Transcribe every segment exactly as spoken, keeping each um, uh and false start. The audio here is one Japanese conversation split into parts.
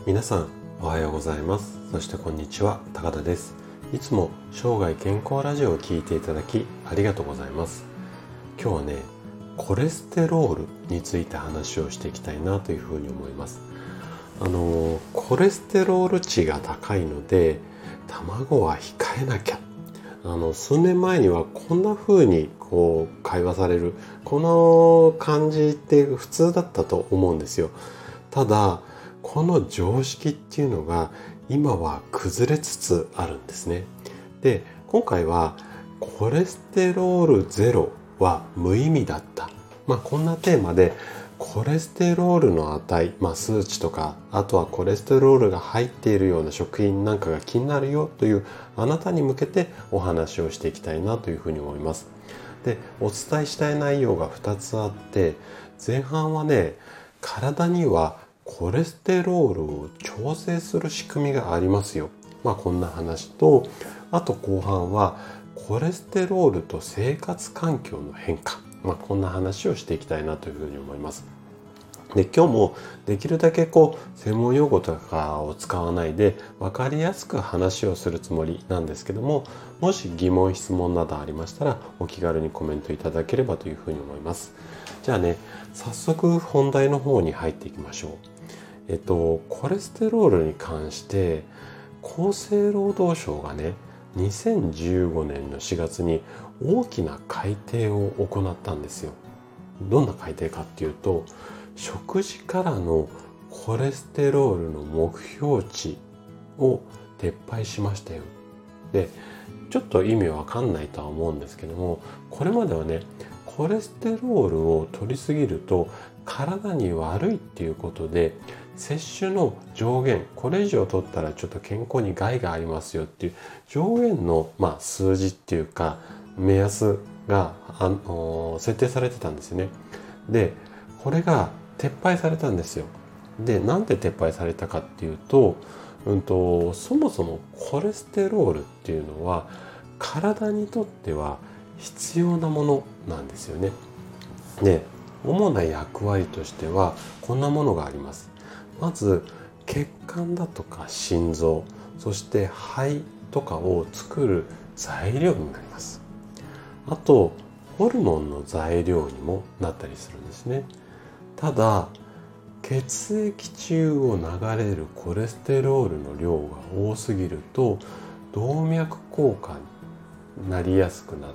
皆さんおはようございます。そしてこんにちは、高田です。いつも生涯健康ラジオを聞いていただきありがとうございます。今日はね、コレステロールについて話をしていきたいなというふうに思います。あのコレステロール値が高いので卵は控えなきゃ、あの数年前にはこんな風にこう会話されるこの感じって普通だったと思うんですよ。ただこの常識っていうのが今は崩れつつあるんですね。で、今回はコレステロールゼロは無意味だった、まあ、こんなテーマでコレステロールの値、まあ、数値とか、あとはコレステロールが入っているような食品なんかが気になるよというあなたに向けてお話をしていきたいなというふうに思います。で、お伝えしたい内容がふたつあって、前半はね、体にはコレステロールを調整する仕組みがありますよ。まあこんな話と、あと後半はコレステロールと生活環境の変化。まあこんな話をしていきたいなというふうに思います。で、今日もできるだけこう専門用語とかを使わないで分かりやすく話をするつもりなんですけども、もし疑問質問などありましたらお気軽にコメントいただければというふうに思います。じゃあね、早速本題の方に入っていきましょう。えっと、コレステロールに関して厚生労働省がね、にせんじゅうごねんのしがつに大きな改定を行ったんですよ。どんな改定かっていうと、食事からのコレステロールの目標値を撤廃しましたよ。で、ちょっと意味わかんないとは思うんですけども、これまではね、コレステロールを摂りすぎると体に悪いっていうことで、摂取の上限、これ以上取ったらちょっと健康に害がありますよっていう上限の、まあ、数字っていうか目安があの設定されてたんですよね。で、これが撤廃されたんですよ。で、なんで撤廃されたかっていうと、うんと、そもそもコレステロールっていうのは体にとっては必要なものなんですよね。で、主な役割としてはこんなものがあります。まず血管だとか心臓、そして肺とかを作る材料になります。あとホルモンの材料にもなったりするんですね。ただ血液中を流れるコレステロールの量が多すぎると動脈硬化になりやすくなって、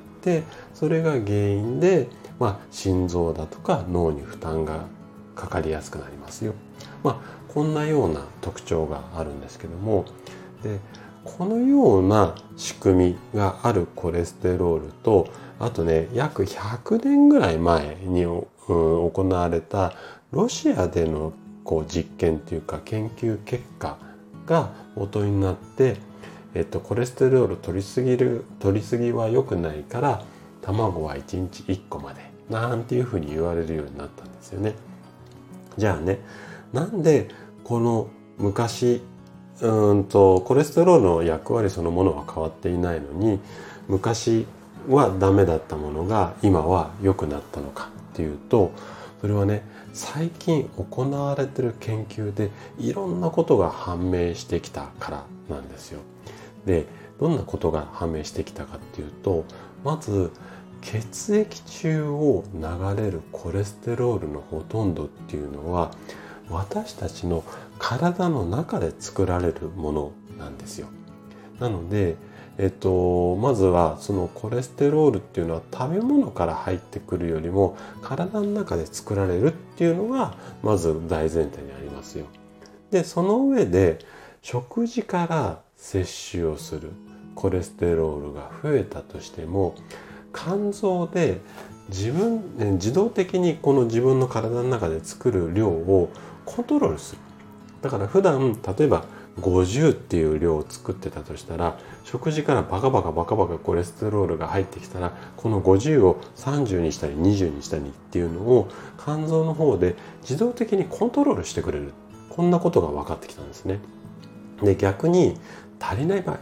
それが原因で、まあ、心臓だとか脳に負担がかかりやすくなりますよ。まあ、こんなような特徴があるんですけども、でこのような仕組みがあるコレステロールと、あとね、約ひゃくねんぐらい前に、うん、行われたロシアでのこう実験というか研究結果が元になって、えっと、コレステロール取りすぎる取りすぎは良くないから卵はいちにちいっこまでなんていうふうに言われるようになったんですよね。じゃあね、なんでこの昔うーんとコレステロールの役割そのものは変わっていないのに、昔はダメだったものが今は良くなったのかっていうと、それはね、最近行われている研究でいろんなことが判明してきたからなんですよ。で、どんなことが判明してきたかっていうと、まず血液中を流れるコレステロールのほとんどっていうのは私たちの体の中で作られるものなんですよ。なので、えっと、まずはそのコレステロールっていうのは食べ物から入ってくるよりも体の中で作られるっていうのがまず大前提にありますよ。で、その上で食事から摂取をするコレステロールが増えたとしても、肝臓で自分自動的にこの自分の体の中で作る量をコントロールする。だから普段例えばごじゅうっていう量を作ってたとしたら、食事からバカバカバカバカコレステロールが入ってきたら、このごじゅうをさんじゅうにしたりにじゅうにしたりっていうのを肝臓の方で自動的にコントロールしてくれる。こんなことが分かってきたんですね。で、逆に足りない場合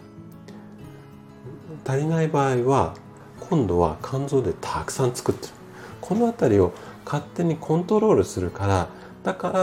足りない場合は今度は肝臓でたくさん作ってる。このあたりを勝手にコントロールするから、だから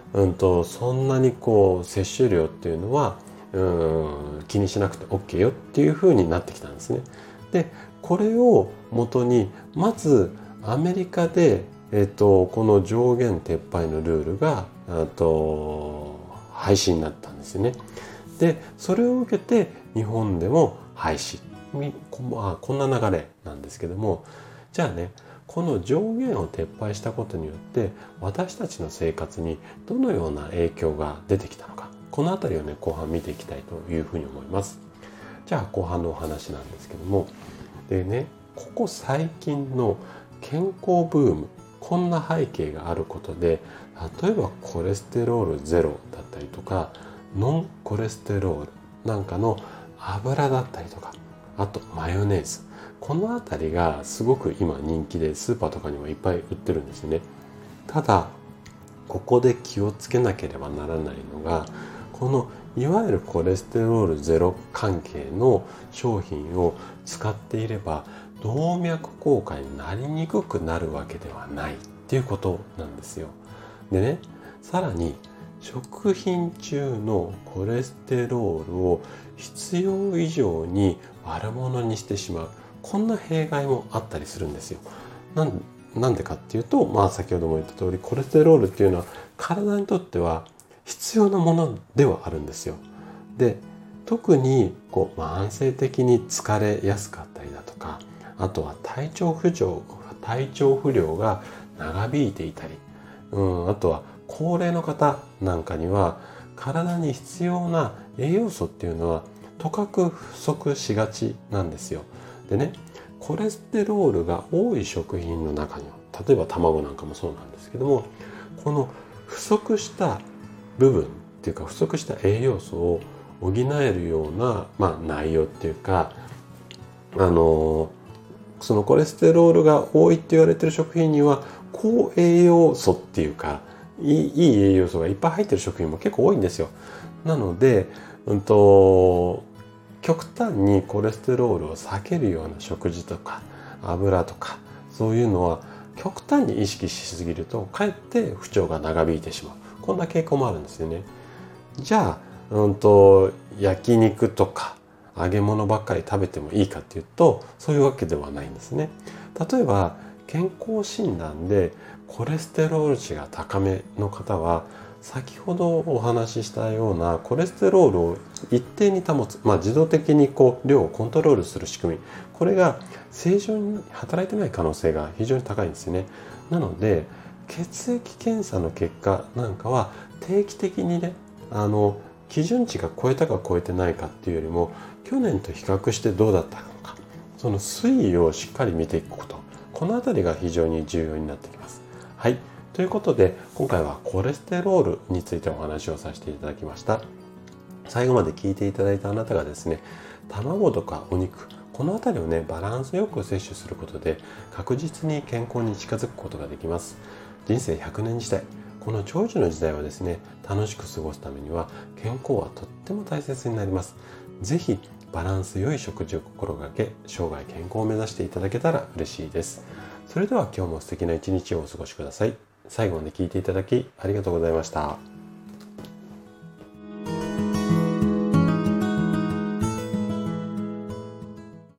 うんとそんなにこう摂取量っていうのはうん気にしなくて OK よっていう風になってきたんですね。でこれを元にまずアメリカで、えっと、この上限撤廃のルールがと廃止になったんですよね。でそれを受けて日本でも廃止、まあ、こんな流れなんですけども、じゃあねこの上限を撤廃したことによって私たちの生活にどのような影響が出てきたのか、このあたりをね後半見ていきたいというふうに思います。じゃあ後半のお話なんですけども、でねここ最近の健康ブーム、こんな背景があることで、例えばコレステロールゼロだったりとかノンコレステロールなんかの油だったりとか、あとマヨネーズ、このあたりがすごく今人気でスーパーとかにもいっぱい売ってるんですね。ただここで気をつけなければならないのが、このいわゆるコレステロールゼロ関係の商品を使っていれば動脈硬化になりにくくなるわけではないっていうことなんですよ。でね、さらに食品中のコレステロールを必要以上に悪者にしてしまう、こんな弊害もあったりするんですよ。なんなんでかっていうと、まあ先ほども言った通りコレステロールっていうのは体にとっては必要なものではあるんですよ。で、特にこう慢性的に疲れやすかったりだとか、あとは体調不良、体調不良が長引いていたり、うん、あとは高齢の方なんかには体に必要な栄養素っていうのはとかく不足しがちなんですよ。でね、コレステロールが多い食品の中には、例えば卵なんかもそうなんですけども、この不足した部分っていうか不足した栄養素を補えるような、まあ、内容っていうか、あのそのコレステロールが多いって言われてる食品には高栄養素っていうかいい、いい栄養素がいっぱい入ってる食品も結構多いんですよ。なので、うんと極端にコレステロールを避けるような食事とか油とかそういうのは極端に意識しすぎるとかえって不調が長引いてしまう、こんな傾向もあるんですよね。じゃあ、うんと焼肉とか揚げ物ばっかり食べてもいいかっていうとそういうわけではないんですね。例えば健康診断でコレステロール値が高めの方は先ほどお話ししたようなコレステロールを一定に保つ、まあ、自動的にこう量をコントロールする仕組み、これが正常に働いてない可能性が非常に高いんですね。なので血液検査の結果なんかは定期的にね、あの基準値が超えたか超えてないかっていうよりも去年と比較してどうだったのか、その推移をしっかり見ていくこと、このあたりが非常に重要になってきます。はい、ということで今回はコレステロールについてお話をさせていただきました。最後まで聞いていただいたあなたがですね、卵とかお肉、このあたりをねバランスよく摂取することで確実に健康に近づくことができます。人生ひゃくねん時代、この長寿の時代はですね、楽しく過ごすためには健康はとっても大切になります。ぜひバランス良い食事を心がけ、生涯健康を目指していただけたら嬉しいです。それでは今日も素敵な一日をお過ごしください。最後まで聞いていただきありがとうございました。